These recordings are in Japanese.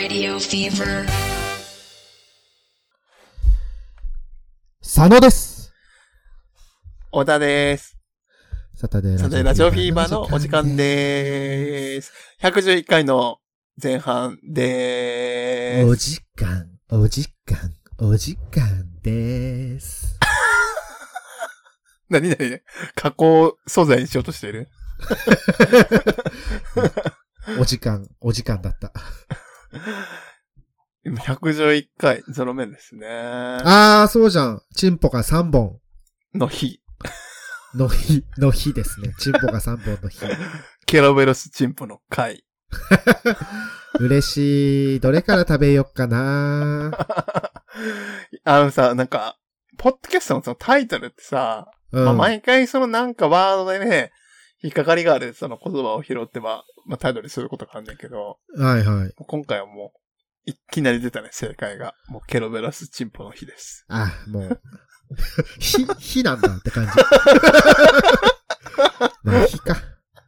Radio Fever 佐野です。 小田です。 サタデーラジオフィーバーのお時間でーす。111回の前半でーす。 お時間でーす。 何加工素材にしようとしてるお時間だった。 今111回、ゾロ目ですね。 そうじゃん。チンポが3本。 の日の日ですね。チンポが3本の日。 ケロベロスチンポの回。 嬉しい。どれから食べよっかな。 さ、なんか、ポッドキャストのそのタイトルってさ、毎回そのなんかワードでね、引っかかりがあるその言葉を拾ってタイトルすることがあるんだけど、 はいはい。 今回はもう、いきなり出たね、正解が。もうケロベロスチンポの日です。 もう、日なんだって感じ。まあ、日か。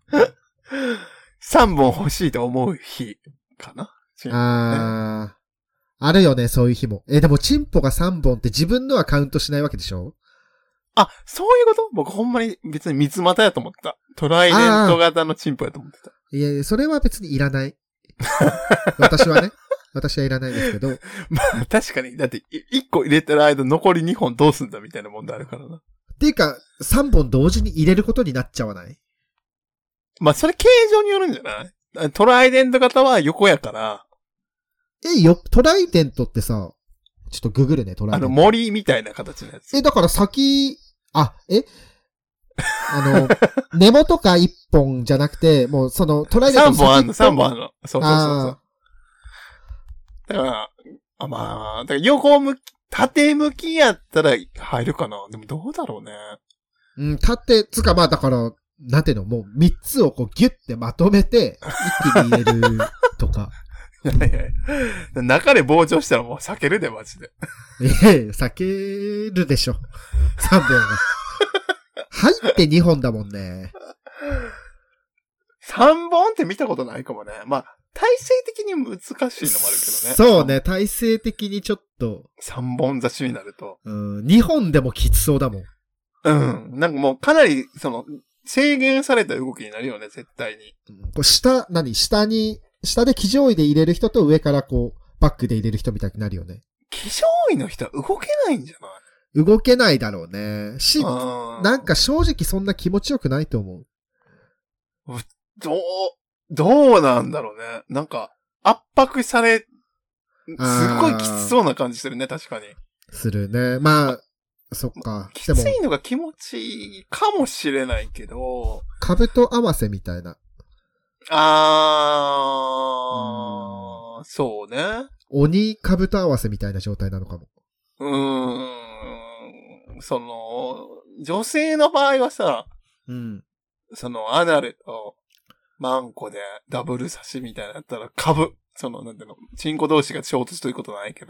3本欲しいと思う日かな。 あるよね、そういう日も。でも、チンポが3本って自分のはカウントしないわけでしょ？ そういうこと？僕ほんまに別に三つ股やと思った。トライデント型のチンポやと思ってた。 いや、それは別にいらない。私はいらないですけど。 確かに。だって、1個入れてる間残り2本どうすんだみたいな問題あるからな。 っていうか、3本同時に入れることになっちゃわない？ それ形状によるんじゃない？トライデント型は横やから。 トライデントってさ、ちょっとググるね、トライデント。 森みたいな形のやつ。 だから根元か1本じゃなくて、もうそのトライデント 3本あんの。そう。だから、縦向きやったら入るかな。でもどうだろうね。 だから、なんていうの、もう3つをこうギュッてまとめて、一気に入れるとか。 いや中で膨張したらもう避けるで、マジで。 避けるでしょ。3本が。入って2本だもんね。 3本って見たことないかもね。体勢的に難しいのもあるけどね。 そうね、体勢的にちょっと。3 本差しになると。 2本でもきつそうだもん。 なんかもうかなり、制限された動きになるよね、絶対に。 下で騎乗位で入れる人と上からこう、バックで入れる人みたいになるよね。 騎乗位の人は動けないんじゃない？ 動けないだろうね。なんか正直そんな気持ちよくないと思う。 どうなんだろうね。なんか、圧迫され、すごいきつそうな感じしてるね、確かに。 するね。そっか。 きついのが気持ちいいかもしれないけど。 兜合わせみたいな。 そうね。 鬼兜合わせみたいな状態なのかも。 女性の場合はさ、アナルとマンコでダブル刺しみたいなやったらなんていうの、チンコ同士が衝突ということないけど、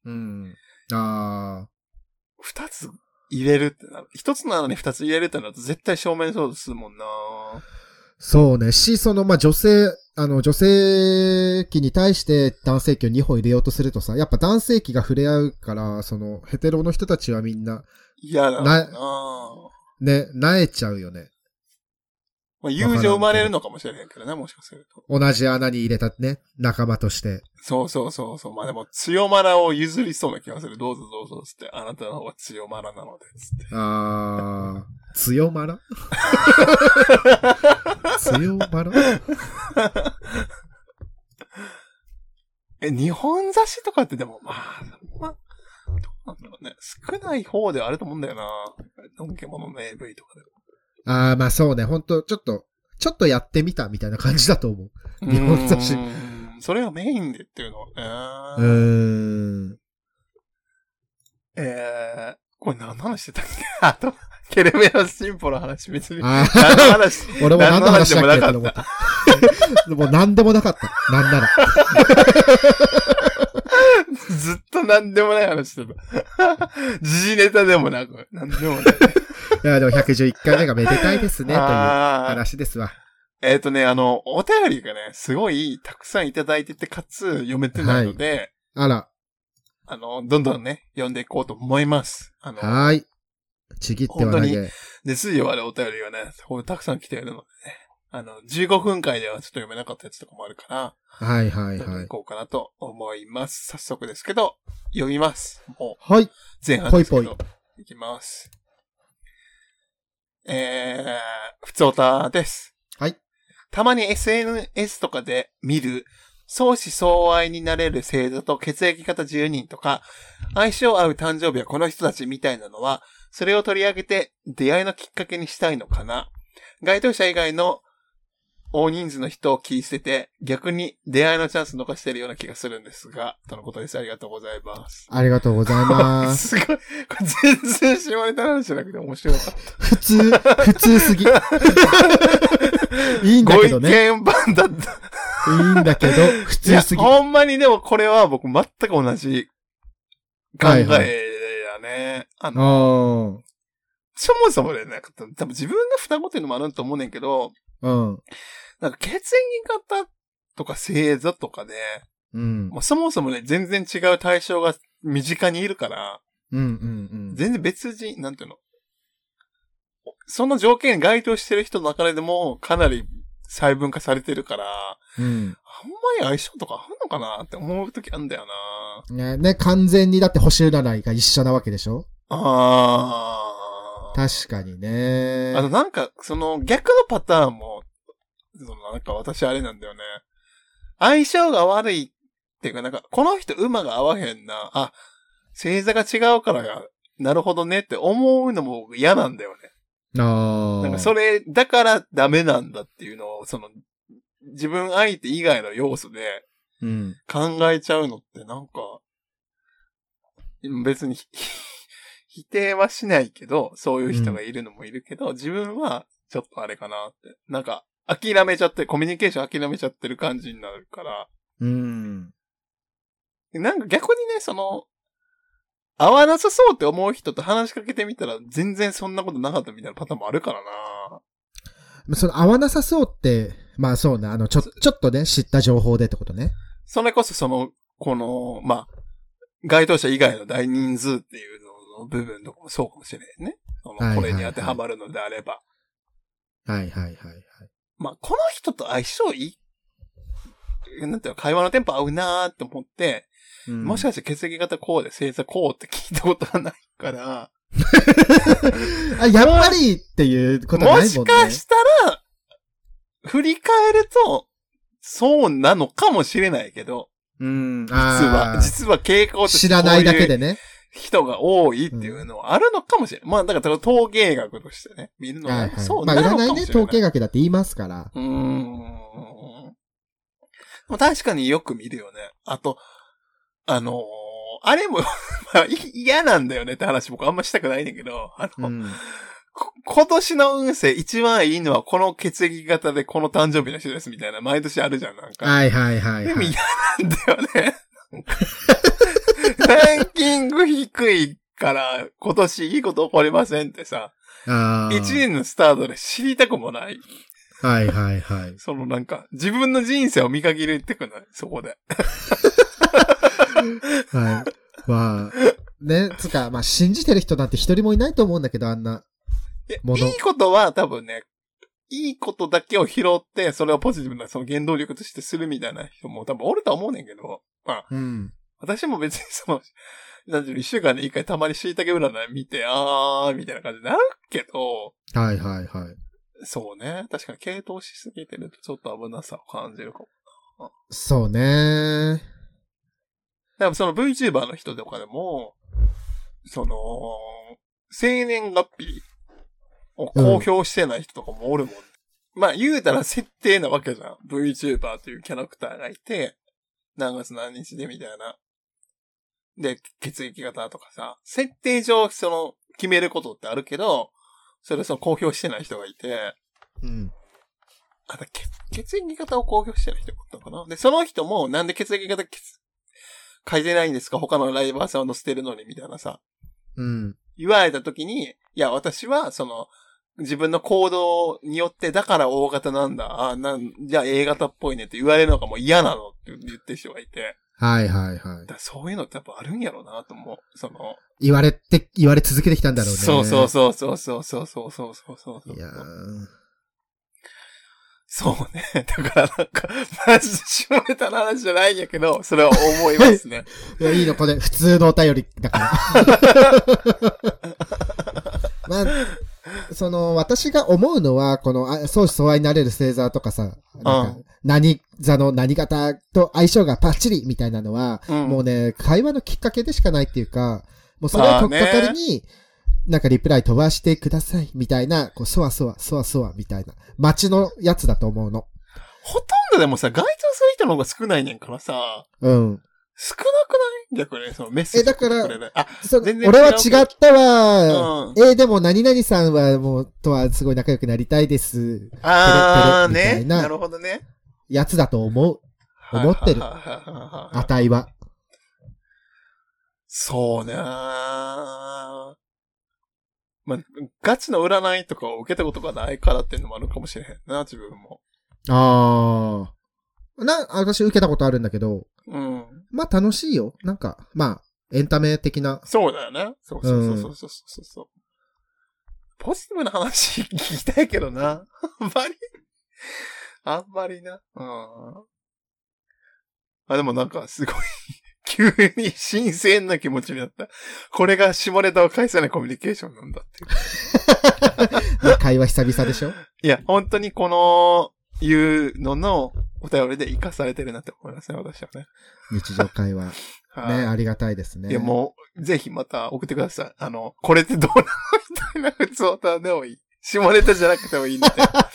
二つ入れるってなる。一つなのに二つ入れるってなると絶対正面衝突するもんな。 そうね。女性器に対して男性器を2本入れようとするとさ、やっぱ男性器が触れ合うから、ヘテロの人たちはみんな、 嫌だな。 萎えちゃうよね。 友情生まれるのかもしれへんけどね、もしかすると。 同じ穴に入れたね、仲間として。 そう。でも、強マラを譲りそうな気がする。どうぞつって、あなたの方が強マラなので、つって。 強マラ強マラ日本雑誌とかってでも、どうなんだろうね。少ない方ではあると思うんだよな。のんけものの AV とかでも。 そうね。ほんと、ちょっとやってみたみたいな感じだと思う。日本雑誌。 それがメインでっていうのはね。これ何の話してたっけ？ケレメラスチンポの話、別に。何の話俺も何の話だっけって思った。もう何でもなかった。なんなら。 ずっと何でもない話してた。時事ネタでもなく、何でもない。 いや、でも111回目がめでたいですね、という話ですわ。 お便りがね、すごいたくさんいただいてて、かつ読めてないので、 あら。 どんどんね、読んでいこうと思います。 はーい。ちぎっては投げ。 本当に、ですよ、お便りがね、たくさん来ているのでね。15分回ではちょっと読めなかったやつとかもあるから、 はいはい読んではい。 いこうかなと思います。早速ですけど、読みます。もう、 はい。 前半ですけど、 ぽいぽいきます。ふつおたです。 はい。 たまに SNS とかで見る、相思相愛になれる星座と血液型10人とか、相性合う誕生日はこの人たちみたいなのは、それを取り上げて出会いのきっかけにしたいのかな。該当者以外の大人数の人を切り捨てて、逆に出会いのチャンス逃してるような気がするんですが、とのことです。ありがとうございます。 ありがとうございます。 すごい。これ全然下ネタ話じゃなくて面白かった。 普通すぎ。いいんだけどね。 ご意見番だった。 いいんだけど、普通すぎ。 ほんまにでもこれは僕全く同じ考えだね。そもそもね、多分自分が双子っていうのもあると思うねんけど、 うん。 なんか血液型とか星座とかで、 うん。 まあ、そもそもね、全然違う対象が身近にいるから、全然別人、なんていうの。その条件に該当してる人の中でもかなり細分化されてるから、 うん。 あんまり相性とかあるのかなって思うときあるんだよな。ね、完全にだって星占いが一緒なわけでしょ？確かにね。 なんか、その逆のパターンも、なんか私あれなんだよね。相性が悪いっていうか、なんか、この人馬が合わへんな。星座が違うからや、なるほどねって思うのも嫌なんだよね。なんかそれ、だからダメなんだっていうのを、自分相手以外の要素で、考えちゃうのってなんか、別に否定はしないけど、そういう人がいるのもいるけど、自分はちょっとあれかなって。なんか、諦めちゃって、コミュニケーション諦めちゃってる感じになるから。なんか逆にね、合わなさそうって思う人と話しかけてみたら、全然そんなことなかったみたいなパターンもあるからな。 合わなさそうって、まあそうね、ちょっとね、知った情報でってことね。 それこそ該当者以外の大人数っていうの部分とかもそうかもしれんね。これに当てはまるのであれば。 はい。 まあ、この人と相性いいなんていうの、会話のテンポ合うなーって思って、もしかして血液型こうで星座こうって聞いたことはないから。 やっぱりっていうことないもんね。 もしかしたら、振り返ると、そうなのかもしれないけど、実は傾向として知らないだけでね。 人が多いっていうのはあるのかもしれない。まあ、だから統計学としてね、見るのは、そうなのかもしれない。 まあ、占いね、統計学だって言いますから。 でも確かによく見るよね。あと、あれも、まあ、嫌なんだよねって話僕あんましたくないんだけど、今年の運勢一番いいのはこの血液型でこの誕生日の人ですみたいな毎年あるじゃん、なんか。 はい。 でも嫌なんだよね。ランキング低いから今年いいこと起こりませんってさ、一年のスタートで知りたくもない。 はい。 なんか、自分の人生を見限りたくない、そこで。 はい。まあ、ね、まあ信じてる人なんて一人もいないと思うんだけど、あんな。 いいことは多分ね、いいことだけを拾って、それをポジティブな原動力としてするみたいな人も多分おると思うねんけど、まあ、私も別になんていうの、一週間で一回たまに椎茸占い見て、みたいな感じになるけど、 はい。 そうね。確かに系統しすぎてるとちょっと危なさを感じるかも。 そうね。 でもVTuber の人とかでも、生年月日を公表してない人とかもおるもん。まあ言うたら設定なわけじゃん。VTuber というキャラクターがいて、何月何日でみたいな。で、血液型とかさ、設定上決めることってあるけど、それを公表してない人がいて、血液型を公表してない人がいたのかな。で、その人もなんで血液型書いてないんですか他のライバーさんを載せてるのにみたいなさ。言われた時に、いや、私は自分の行動によって、だから大型なんだ。じゃあ A 型っぽいねって言われるのがもう嫌なのって言ってる人がいて。 はいはいはい。 だそういうのってやっぱあるんやろうなと思う。 言われ続けてきたんだろうね。 そう。いやー。そうね。だからマジで下ネタの話じゃないんやけど、それは思いますね。 いや、いいの、これ、普通のお便りだから。まあ、私が思うのは、相思相愛になれる星座とかさ、何座の何型と相性がパッチリみたいなのは、もうね、会話のきっかけでしかないっていうか、もうそれをとっかかりに、なんかリプライ飛ばしてくださいみたいな、そわそわみたいな、街のやつだと思うの。 ほとんどでもさ、該当する人の方が少ないねんからさ。 うん。 少なくない逆に、メッセージ。 だから、 全然俺は違ったわ。でも何々さんはとはすごい仲良くなりたいです。 ね。なるほどね。 やつだと思ってる。値は。 そうね。まあ、ガチの占いとかを受けたことがないからっていうのもあるかもしれへんな、自分も。 私受けたことあるんだけど、まあ楽しいよ。なんか、まあ、エンタメ的な。 そうだよね。そう。ポジティブな話聞きたいけどな。あんまりな。でもなんかすごい、急に新鮮な気持ちになった。これが下ネタを返さないコミュニケーションなんだっていう。 会話久々でしょ？ いや、本当にこの、いうののお便りで活かされてるなって思いますね、私はね。 日常会話。ね、ありがたいですね。 いや、もう、ぜひまた送ってください。これってどうなのみたいな普通歌でもいい。下ネタじゃなくてもいいんで。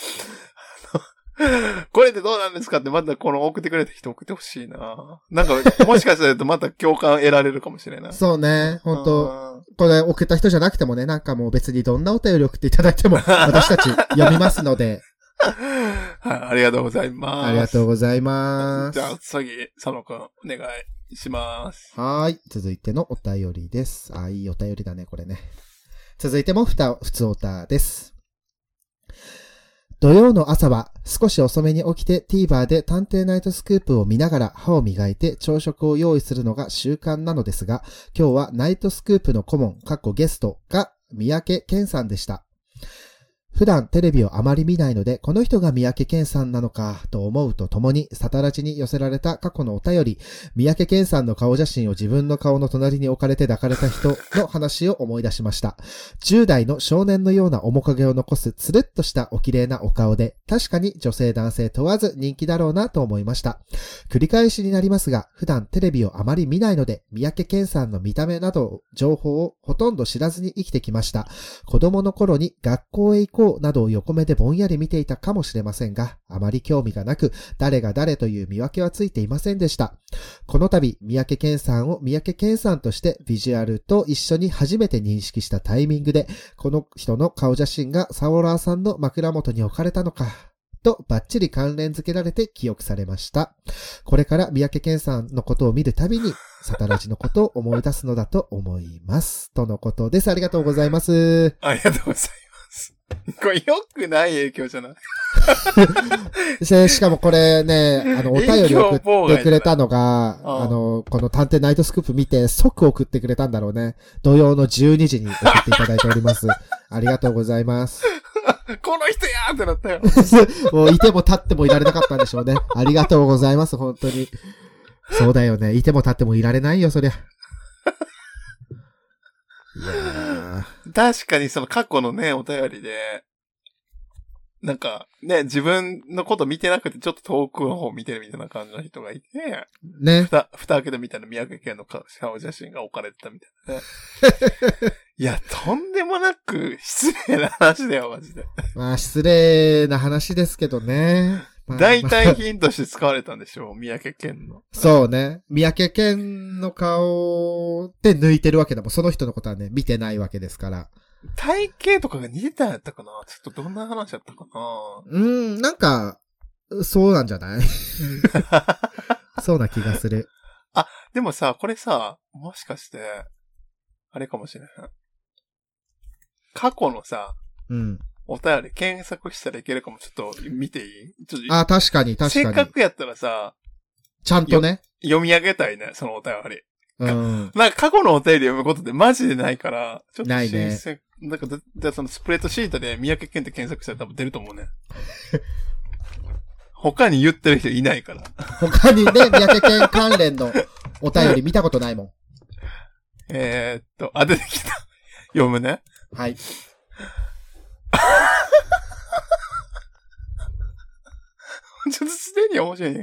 これってどうなんですかってまたこの送ってくれた人送ってほしいな。なんか、もしかするとまた共感得られるかもしれない。 そうね、本当これ送った人じゃなくてもね、なんかもう別にどんなお便り送っていただいても、私たち読みますので。 はい、ありがとうございます。 ありがとうございます。 じゃあ、次、佐野くん、お願いします。 はい。続いてのお便りです。いいお便りだね、これね。続いても普通おたです。土曜の朝は少し遅めに起きて TVer で探偵ナイトスクープを見ながら歯を磨いて朝食を用意するのが習慣なのですが、今日はナイトスクープの顧問、ゲストが三宅健さんでした。普段テレビをあまり見ないので、この人が三宅健さんなのかと思うとともに、サタラジに寄せられた過去のお便り、三宅健さんの顔写真を自分の顔の隣に置かれて抱かれた人の話を思い出しました。10代の少年のような面影を残すつるっとしたお綺麗なお顔で、確かに女性男性問わず人気だろうなと思いました。繰り返しになりますが、普段テレビをあまり見ないので、三宅健さんの見た目など情報をほとんど知らずに生きてきました。子供の頃に学校へ行こうなどを横目でぼんやり見ていたかもしれませんが、あまり興味がなく、誰が誰という見分けはついていませんでした。この度、三宅健さんを三宅健さんとしてビジュアルと一緒に初めて認識したタイミングで、この人の顔写真がサオラーさんの枕元に置かれたのか、とバッチリ関連付けられて記憶されました。これから三宅健さんのことを見るたびに、サタラジのことを思い出すのだと思います。とのことです。ありがとうございます。 ありがとうございます。これ良くない影響じゃないしかもこれね、お便り送ってくれたのが、この探偵ナイトスクープ見て即送ってくれたんだろうね。土曜の12時に送っていただいております。ありがとうございます。 この人やーってなったよ。 もういても立ってもいられなかったんでしょうね。ありがとうございます、本当に。そうだよね。いても立ってもいられないよ、そりゃ。いや確かにその過去のね、お便りで、なんかね、自分のこと見てなくてちょっと遠くの方見てるみたいな感じの人がいて、 ね。 蓋開けてみたいな三宅健の顔写真が置かれてたみたいなね。いや、とんでもなく失礼な話だよ、マジで。 まあ、失礼な話ですけどね。 代替品として使われたんでしょう、三宅健の。 そうね。三宅健の顔で抜いてるわけだもん。その人のことはね、見てないわけですから。 体型とかが似てたんやったかな？ちょっとどんな話やったかな？ なんか、そうなんじゃないそうな気がする。 あ、でもさ、これさ、もしかして、あれかもしれない。過去のさ、 お便り検索したらいけるかも。ちょっと見ていい？ちょっと確かに。 せっかくやったらさ、 ちゃんとね。 読み上げたいね、そのお便り。 うん。 なんか過去のお便り読むことってマジでないから、ちょっとないね。 なんかそのスプレッドシートで三宅健って検索したら多分出ると思うね。他に言ってる人いないから。 他にね、三宅健関連のお便り見たことないもん。 出てきた。読むね。 はい。 ちょっとすでに面白いね。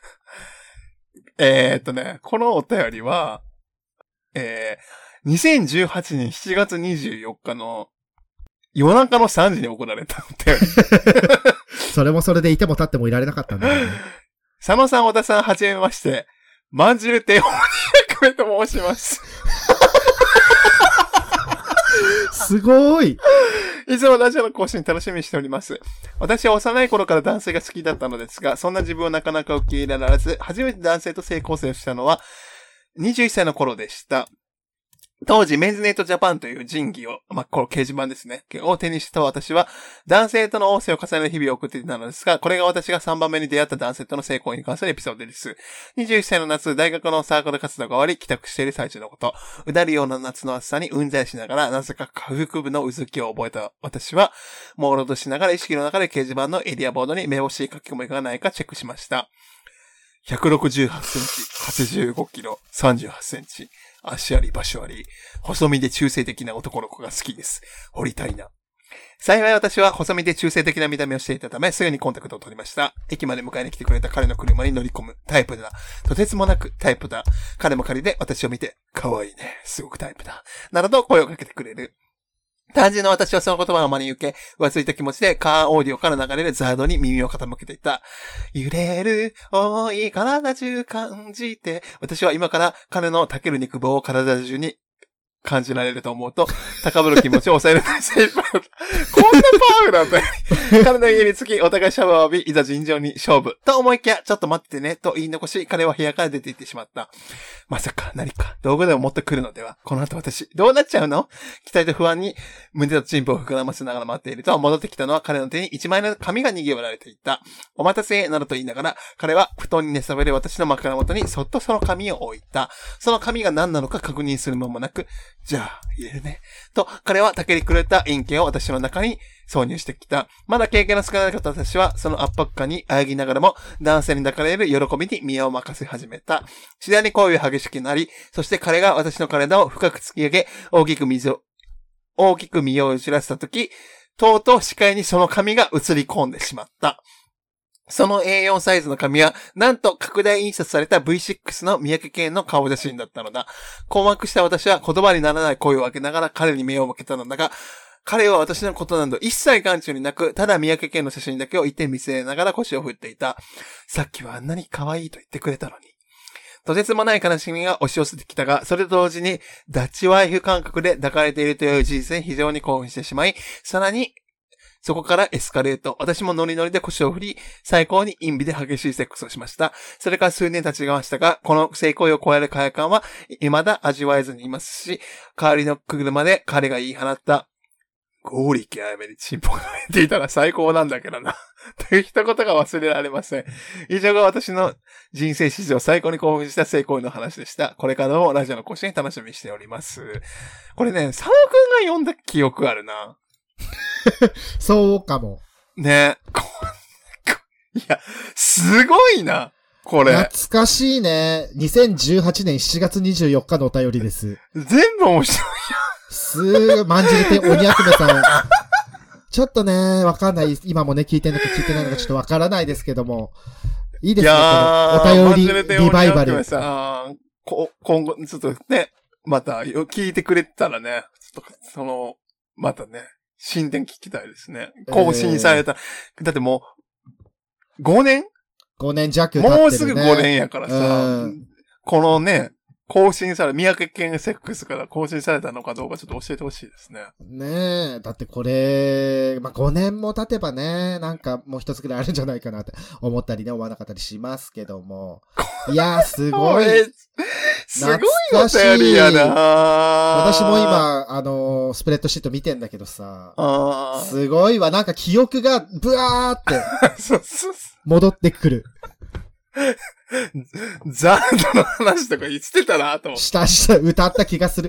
このお便りは、2018年7月24日の夜中の3時に行われたお便り。 それもそれでいても立ってもいられなかったんだよね。 佐野さん、小田さん、はじめまして。まんじる亭鬼役目と申します。 すごい。 いつもラジオの更新楽しみにしております。私は幼い頃から男性が好きだったのですが、そんな自分をなかなか受け入れられず、初めて男性と性交渉したのは21歳の頃でした。当時、メンズネットジャパンという人技を、これ掲示板ですね。を手にした私は、男性との応戦を重ねる日々を送っていたのですが、これが私が3番目に出会った男性との性行為に関するエピソードです。21歳の夏、大学のサークル活動が終わり、帰宅している最中のこと。うだるような夏の暑さにうんざりしながら、なぜか下腹部のうずきを覚えた私は、朦朧としながら意識の中で掲示板のエリアボードに目星書き込みがないかチェックしました。168センチ、85キロ、38センチ。足あり場所あり、細身で中性的な男の子が好きです。掘りたいな。幸い私は細身で中性的な見た目をしていたため、すぐにコンタクトを取りました。駅まで迎えに来てくれた彼の車に乗り込むタイプだ。とてつもなくタイプだ。彼も仮で私を見て、可愛いね。すごくタイプだ。などと声をかけてくれる。単純な私はその言葉を真に受け、浮ついた気持ちでカーオーディオから流れるザードに耳を傾けていた。揺れる、重い体中感じて、私は今から彼のたける肉棒を体中に感じられると思うと、高ぶる気持ちを抑えるのに精一杯だった。こんなパワフルなんだよ。彼の家に着き、お互いシャワーを浴び、いざ尋常に勝負。と思いきや、ちょっと待ってね、と言い残し、彼は部屋から出て行ってしまった。まさか、何か、道具でも持ってくるのでは。この後私、どうなっちゃうの？期待と不安に、胸とチンポを膨らませながら待っていると、戻ってきたのは彼の手に一枚の紙が握られていた。お待たせ、などと言いながら、彼は布団に寝そべる私の枕元にそっとその紙を置いた。その紙が何なのか確認する間もなく、じゃあ、入れるね。と、彼は竹にくれた陰茎を私の中に挿入してきた。まだ経験の少なかった私は、その圧迫感にあやぎながらも、男性に抱かれる喜びに身を任せ始めた。次第に行為が激しくなり、そして彼が私の体を深く突き上げ、大きく身を揺らしたとき、とうとう視界にその紙が映り込んでしまった。その A4 サイズの紙は、なんと拡大印刷された V6 の三宅健の顔写真だったのだ。困惑した私は言葉にならない声を上げながら彼に目を向けたのだが、彼は私のことなど一切眼中になく、ただ三宅健の写真だけを一点見せながら腰を振っていた。さっきはあんなに可愛いと言ってくれたのに。とてつもない悲しみが押し寄せてきたが、それと同時に、ダッチワイフ感覚で抱かれているという事実に非常に興奮してしまい、さらに、そこからエスカレート。私もノリノリで腰を振り、最高に陰微で激しいセックスをしました。それから数年経ちましたが、この性行為を超える快感は未だ味わえずにいますし、代わりの車で彼が言い放った、剛力あやめにチンポが入っていたら最高なんだけどな。という一言が忘れられません。以上が私の人生史上最高に興奮した性行為の話でした。これからもラジオの更新楽しみにしております。これね、佐野くんが読んだ記憶あるな。 そうかも。 ね。いや、すごいな。これ。 懐かしいね。2018年7月24日のお便りです。 全部面白いまんじりて鬼役目さん。ちょっとね、わかんない。今もね、聞いてんのか聞いてないのかちょっとわからないですけども。いいですね。お便りリバイバル。 今後、ちょっとね、また聞いてくれたらね、ちょっとまたね、進展聞きたいですね。更新された。だってもう、5年 ?5 年弱経ってるね。 もうすぐ5年やからさ、このね、更新され、三宅健セックスから更新されたのかどうかちょっと教えてほしいですね。 ねえ。だってこれ、5年も経てばね、なんかもう一つくらいあるんじゃないかなって思ったりね、思わなかったりしますけども。いやー、すごい。 すごいお便りやな。 私も今、スプレッドシート見てんだけどさ、すごいわ。なんか記憶がブワーって戻ってくる。 ザードの話とか言ってたなと思って。 した歌った気がする。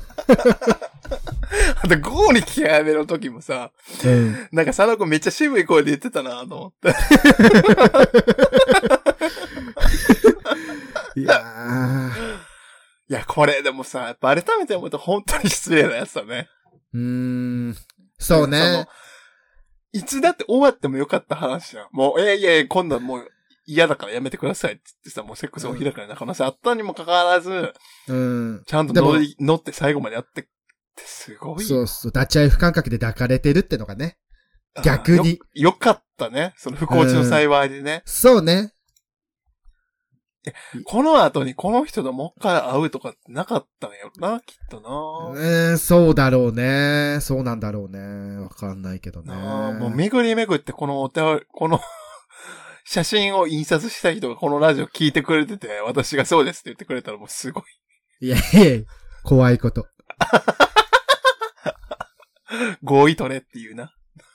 あと、ゴーに極めの時もさ、なんか佐野くんめっちゃ渋い声で言ってたなと思って。 いや、 これでもさ、やっぱ改めて思うと本当に失礼なやつだね。 そうね。 いつだって終わってもよかった話じゃん。もう、いや、今度はもう嫌だからやめてくださいって言ってさ、もうセックスを開かない可能性あったにもかかわらず、ちゃんと乗って最後までやってってすごい。 そう、ダッチアイ不感覚で抱かれてるってのがね。逆に。 よかったね。その不幸中の幸いでね。 そうね。 この後にこの人ともう一回会うとかってなかったんやろな、きっとな。 そうだろうね。そうなんだろうね。わかんないけどね。 もう巡り巡ってこの写真を印刷した人がこのラジオ聞いてくれてて、私がそうですって言ってくれたらもうすごい。 いや、怖いこと。 合意取れっていうな。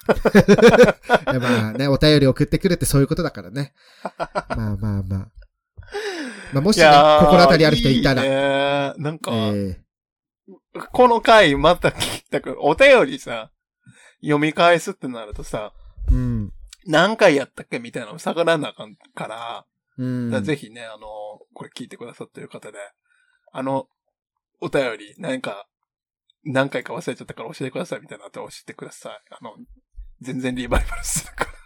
まあね、お便り送ってくるってそういうことだからね。まあもしね、心当たりある人いたら。 いいね、なんか、この回また聞きたく、お便りさ、読み返すってなるとさ、何回やったっけみたいなのを探らなあかんから、ぜひね、これ聞いてくださってる方で、お便り、何回か忘れちゃったから教えてくださいみたいなのを教えてください。全然リバイバルするから。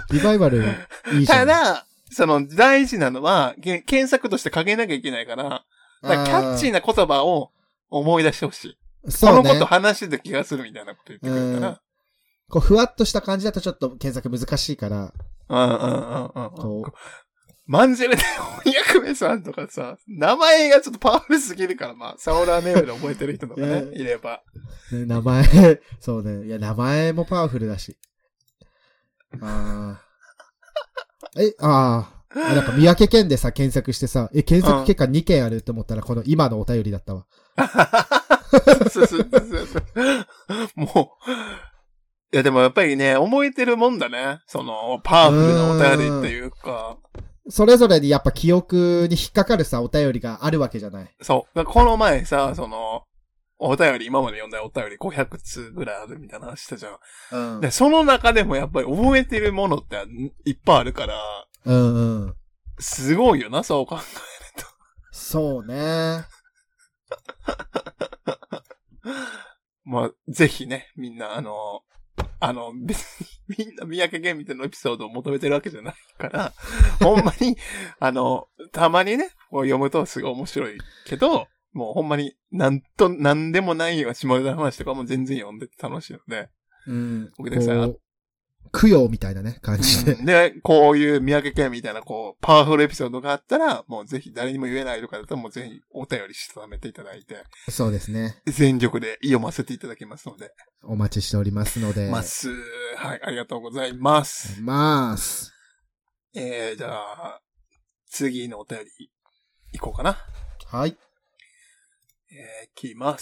リバイバルいいじゃん。 ただ、大事なのは、検索としてかけなきゃいけないから、キャッチーな言葉を思い出してほしい。そうね。このこと話してた気がするみたいなこと言ってくれたら。 ふわっとした感じだとちょっと検索難しいから。 マンジェルで翻訳名さんとかさ、名前がちょっとパワフルすぎるから、まあ、サオラーネームで覚えてる人とかね、いれば。 名前、そうね。いや、名前もパワフルだし。なんか三宅健でさ、検索してさ、検索結果2件あると思ったら、この今のお便りだったわ。 そう。もう、いやでもやっぱりね、覚えてるもんだね。パワフルなお便りっていうか。 それぞれにやっぱ記憶に引っかかるさ、お便りがあるわけじゃない。 そう。この前さ、お便り、今まで読んだお便り500通ぐらいあるみたいな話したじゃん。で、その中でもやっぱり覚えてるものっていっぱいあるから。すごいよな、そう考えると。 そうね。 まあ、ぜひね、みんな別にみんな三宅健みたいなエピソードを求めてるわけじゃないから、ほんまに、たまにね、こう読むとすごい面白いけど、もうほんまになんでもないような下ネタの話とかも全然読んでて楽しいので、僕でさ、 供養みたいなね、感じで。 で、こういう三宅健みたいなパワフルエピソードがあったら、もうぜひ誰にも言えないとかだったら、もうぜひお便りしためていただいて。 そうですね。 全力で読ませていただきますので。 お待ちしておりますので。 はい、ありがとうございます。じゃあ、次のお便り、行こうかな。 はい。 切ります。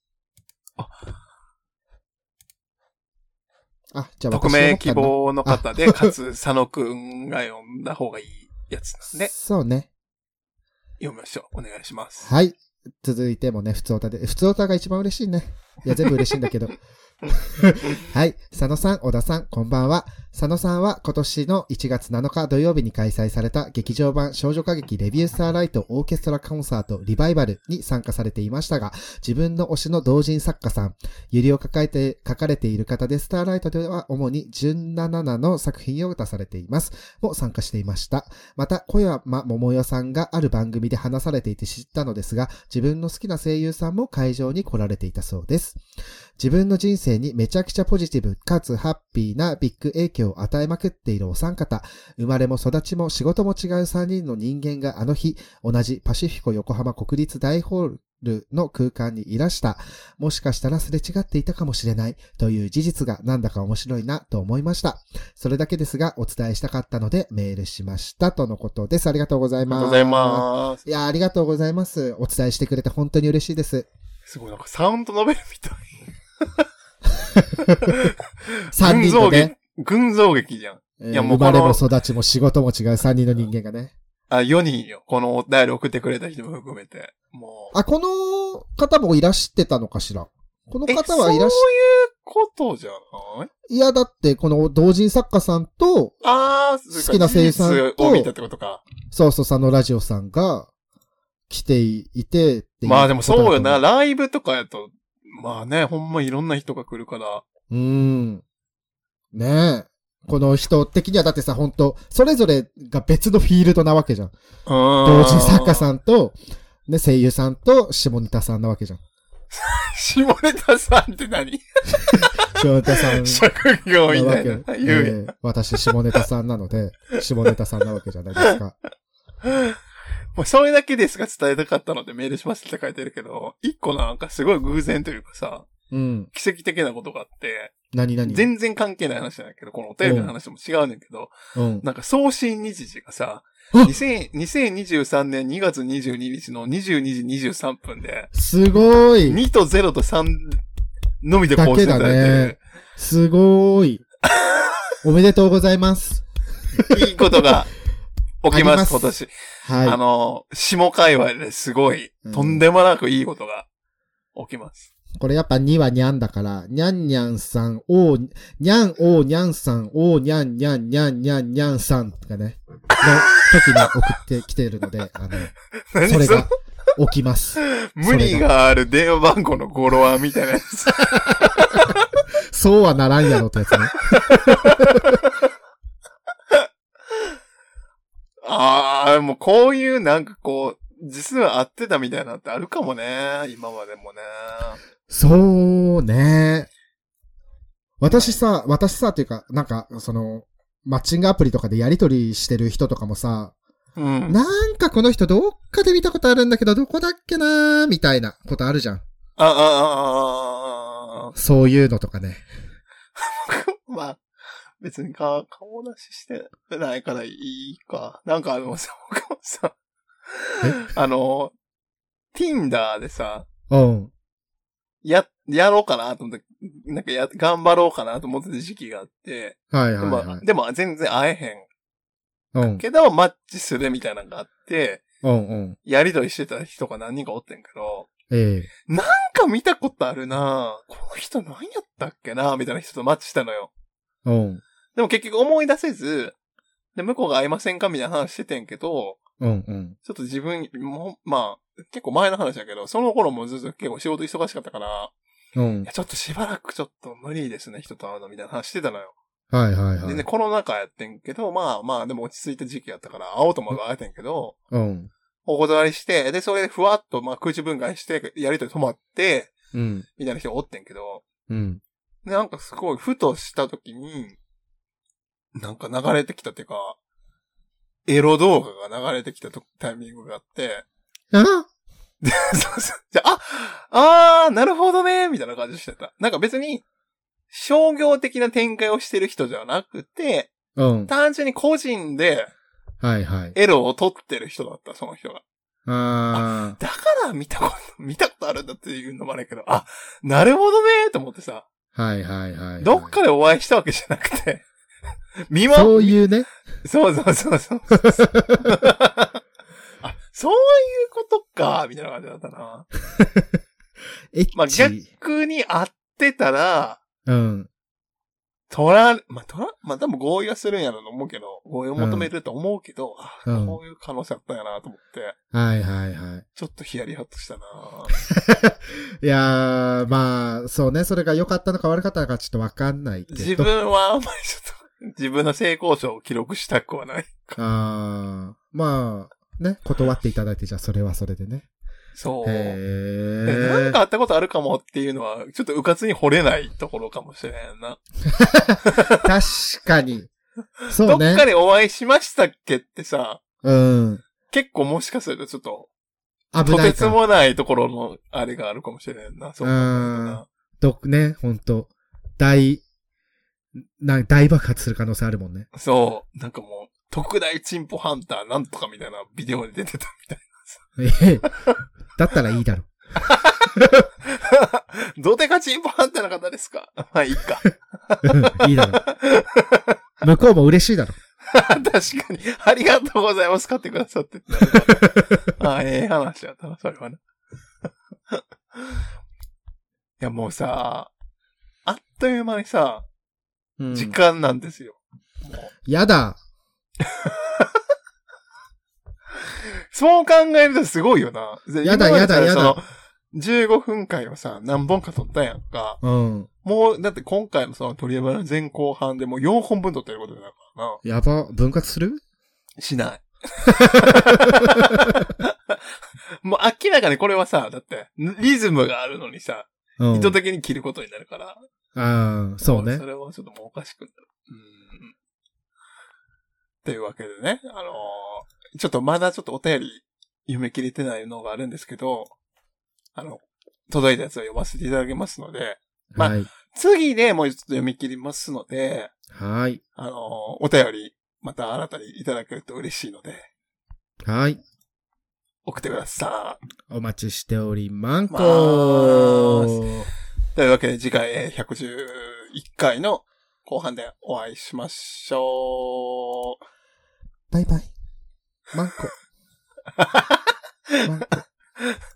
じゃあ匿名希望の方で、かつ、佐野くんが読んだ方がいいやつなんで。 そうね。 読みましょう。お願いします。 はい。続いてもね、普通オタで。普通オタが一番嬉しいね。いや、全部嬉しいんだけど。はい。佐野さん、小田さん、こんばんは。佐野さんは今年の1月7日土曜日に開催された劇場版少女歌劇レビュースターライトオーケストラコンサートリバイバルに参加されていましたが、自分の推しの同人作家さん、ゆりを書かれている方でスターライトでは主に17の作品を出されています。も参加していました。また、小山桃代さんがある番組で話されていて知ったのですが、自分の好きな声優さんも会場に来られていたそうです。自分の人生にめちゃくちゃポジティブかつハッピーなビッグ影響を与えまくっているお三方、生まれも育ちも仕事も違う3人の人間があの日、同じパシフィコ横浜国立大ホールルの空間にいらした。もしかしたらすれ違っていたかもしれないという事実がなんだか面白いなと思いました。それだけですがお伝えしたかったのでメールしましたとのことです。ありがとうございます。 ありがとうございます。 いや、ありがとうございます。お伝えしてくれて本当に嬉しいです。 すごいなんかサウンドノベルみたい。 3人のね。 群像劇じゃん。 いや、もう生まれも育ちも仕事も違う3人の人間がね。 4人よ。このお便り送ってくれた人も含めて。もう。 この方もいらしてたのかしら。この方はいらし、 そういうことじゃない？ いや、だって、この同人作家さんと、好きな声優さんと、 を見たってことか。 そうそう、佐野ラジオさんが来ていてっていう。 まあでもそうよな。ライブとかやと、まあね、ほんまいろんな人が来るから。 ねえ。この人的にはだってさ、本当それぞれが別のフィールドなわけじゃん。同人作家さんと、ね、声優さんと下ネタさんなわけじゃん。 下ネタさんって何？ 下ネタさん。 職業みたいな。言う私下ネタさんなので、下ネタさんなわけじゃないですか。 もうそれだけですが伝えたかったのでメールしますって書いてるけど、一個なんかすごい偶然というかさ、奇跡的なことがあって、 何全然関係ない話なんだけど、このお便りの話も違うねんけど、なんか送信日時がさ、2023年2月22日の22時23分で、 すごい !2 と0と3のみで更新されてる。 ね、すごい。おめでとうございます。 いいことが起きます、今年。 はい。 下界隈ですごい、とんでもなくいいことが起きます。 これやっぱ2はにゃんだから、にゃんにゃんさん、にゃんにゃんさん、にゃんにゃんにゃんにゃんにゃんさんとかね、の時に送ってきているので、それが起きます。 無理がある電話番号の語呂はみたいなやつ。 そうはならんやろってやつね。 もうこういうなんかこう、実は合ってたみたいなのってあるかもね。今までもね。 そうね。私さ、というか、なんか、マッチングアプリとかでやりとりしてる人とかもさ、なんかこの人どっかで見たことあるんだけど、どこだっけなーみたいなことあるじゃん。そういうのとかね。 まあ、別に顔出ししてないからいいか。なんかさ、Tinder でさ、やろうかなと思って、なんか頑張ろうかなと思ってた時期があって、でも全然会えへん。けど、マッチするみたいなのがあって、やりとりしてた人が何人かおってんけど、なんか見たことあるなこの人何やったっけなみたいな人とマッチしたのよ。でも結局思い出せず、で、向こうが会いませんかみたいな話しててんけど、ちょっと自分も、まあ、結構前の話だけど、その頃もずっと結構仕事忙しかったから、いやちょっとしばらくちょっと無理ですね、人と会うのみたいな話してたのよ。でね、コロナ禍やってんけど、まあ、でも落ち着いた時期やったから、会おうとも会えてんけど、お断りして、で、それでふわっと、まあ、空中分解して、やりとり止まって、みたいな人がおってんけど、で、なんかすごい、ふとした時に、なんか流れてきたっていうか、エロ動画が流れてきたタイミングがあって、で、そうそう。じゃなるほどね、みたいな感じしてた。なんか別に、商業的な展開をしてる人じゃなくて、単純に個人で、エロを撮ってる人だった、その人が。だから見たことあるんだっていうのもあるけど、なるほどね、と思ってさ。どっかでお会いしたわけじゃなくて、 そういうね。 そう。そういうことか、みたいな感じだったな。まあ、逆に会ってたら、まあ多分合意はするんやろと思うけど、合意を求めると思うけど、こういう可能性あったんやなと思って。ちょっとヒヤリハッとしたな。 いやー、まあ、そうね、それが良かったのか悪かったのかちょっとわかんないけど。 自分はあんまりちょっと、自分の成功者を記録したくはない。 まあ、ね、断っていただいて、じゃあそれはそれでね。 そう。なんかあったことあるかもっていうのは、ちょっと迂闊に掘れないところかもしれないな。 確かに。そうね。 どっかでお会いしましたっけってさ、 結構もしかするとちょっと、 危ないか。 とてつもないところのあれがあるかもしれんな。そうな。 ね、ほんと。大爆発する可能性あるもんね。 そう。なんかもう、特大チンポハンターなんとかみたいなビデオで出てたみたいな。だったらいいだろ。 どでかチンポハンターの方ですか？まあいいか。 いいだろ。向こうも嬉しいだろ。 確かに。ありがとうございます。買ってくださって。ええ話やったな、それはね。いや、もうさ、あっという間にさ、時間なんですよ。 やだ。 そう考えるとすごいよな。 やだ。 その、15分回をさ、何本か撮ったやんか。 うん。 もう、だって今回のその鳥山の前後半でもう4本分撮ってることになるからな。 やば、分割する？ しない。もう明らかにこれはさ、だって、リズムがあるのにさ、意図的に切ることになるから。 ああ、そうね。 それはちょっともうおかしくなる。というわけでね、ちょっとまだちょっとお便り読み切れてないのがあるんですけど、届いたやつを読ませていただきますので、まあ、はい、次でもうちょっと読み切りますので、 はい。 お便り、また新たにいただけると嬉しいので、 はい。 送ってください。 お待ちしておりまんこー。というわけで次回111回の後半でお会いしましょう。 バイバイ。マンコ。マンコ。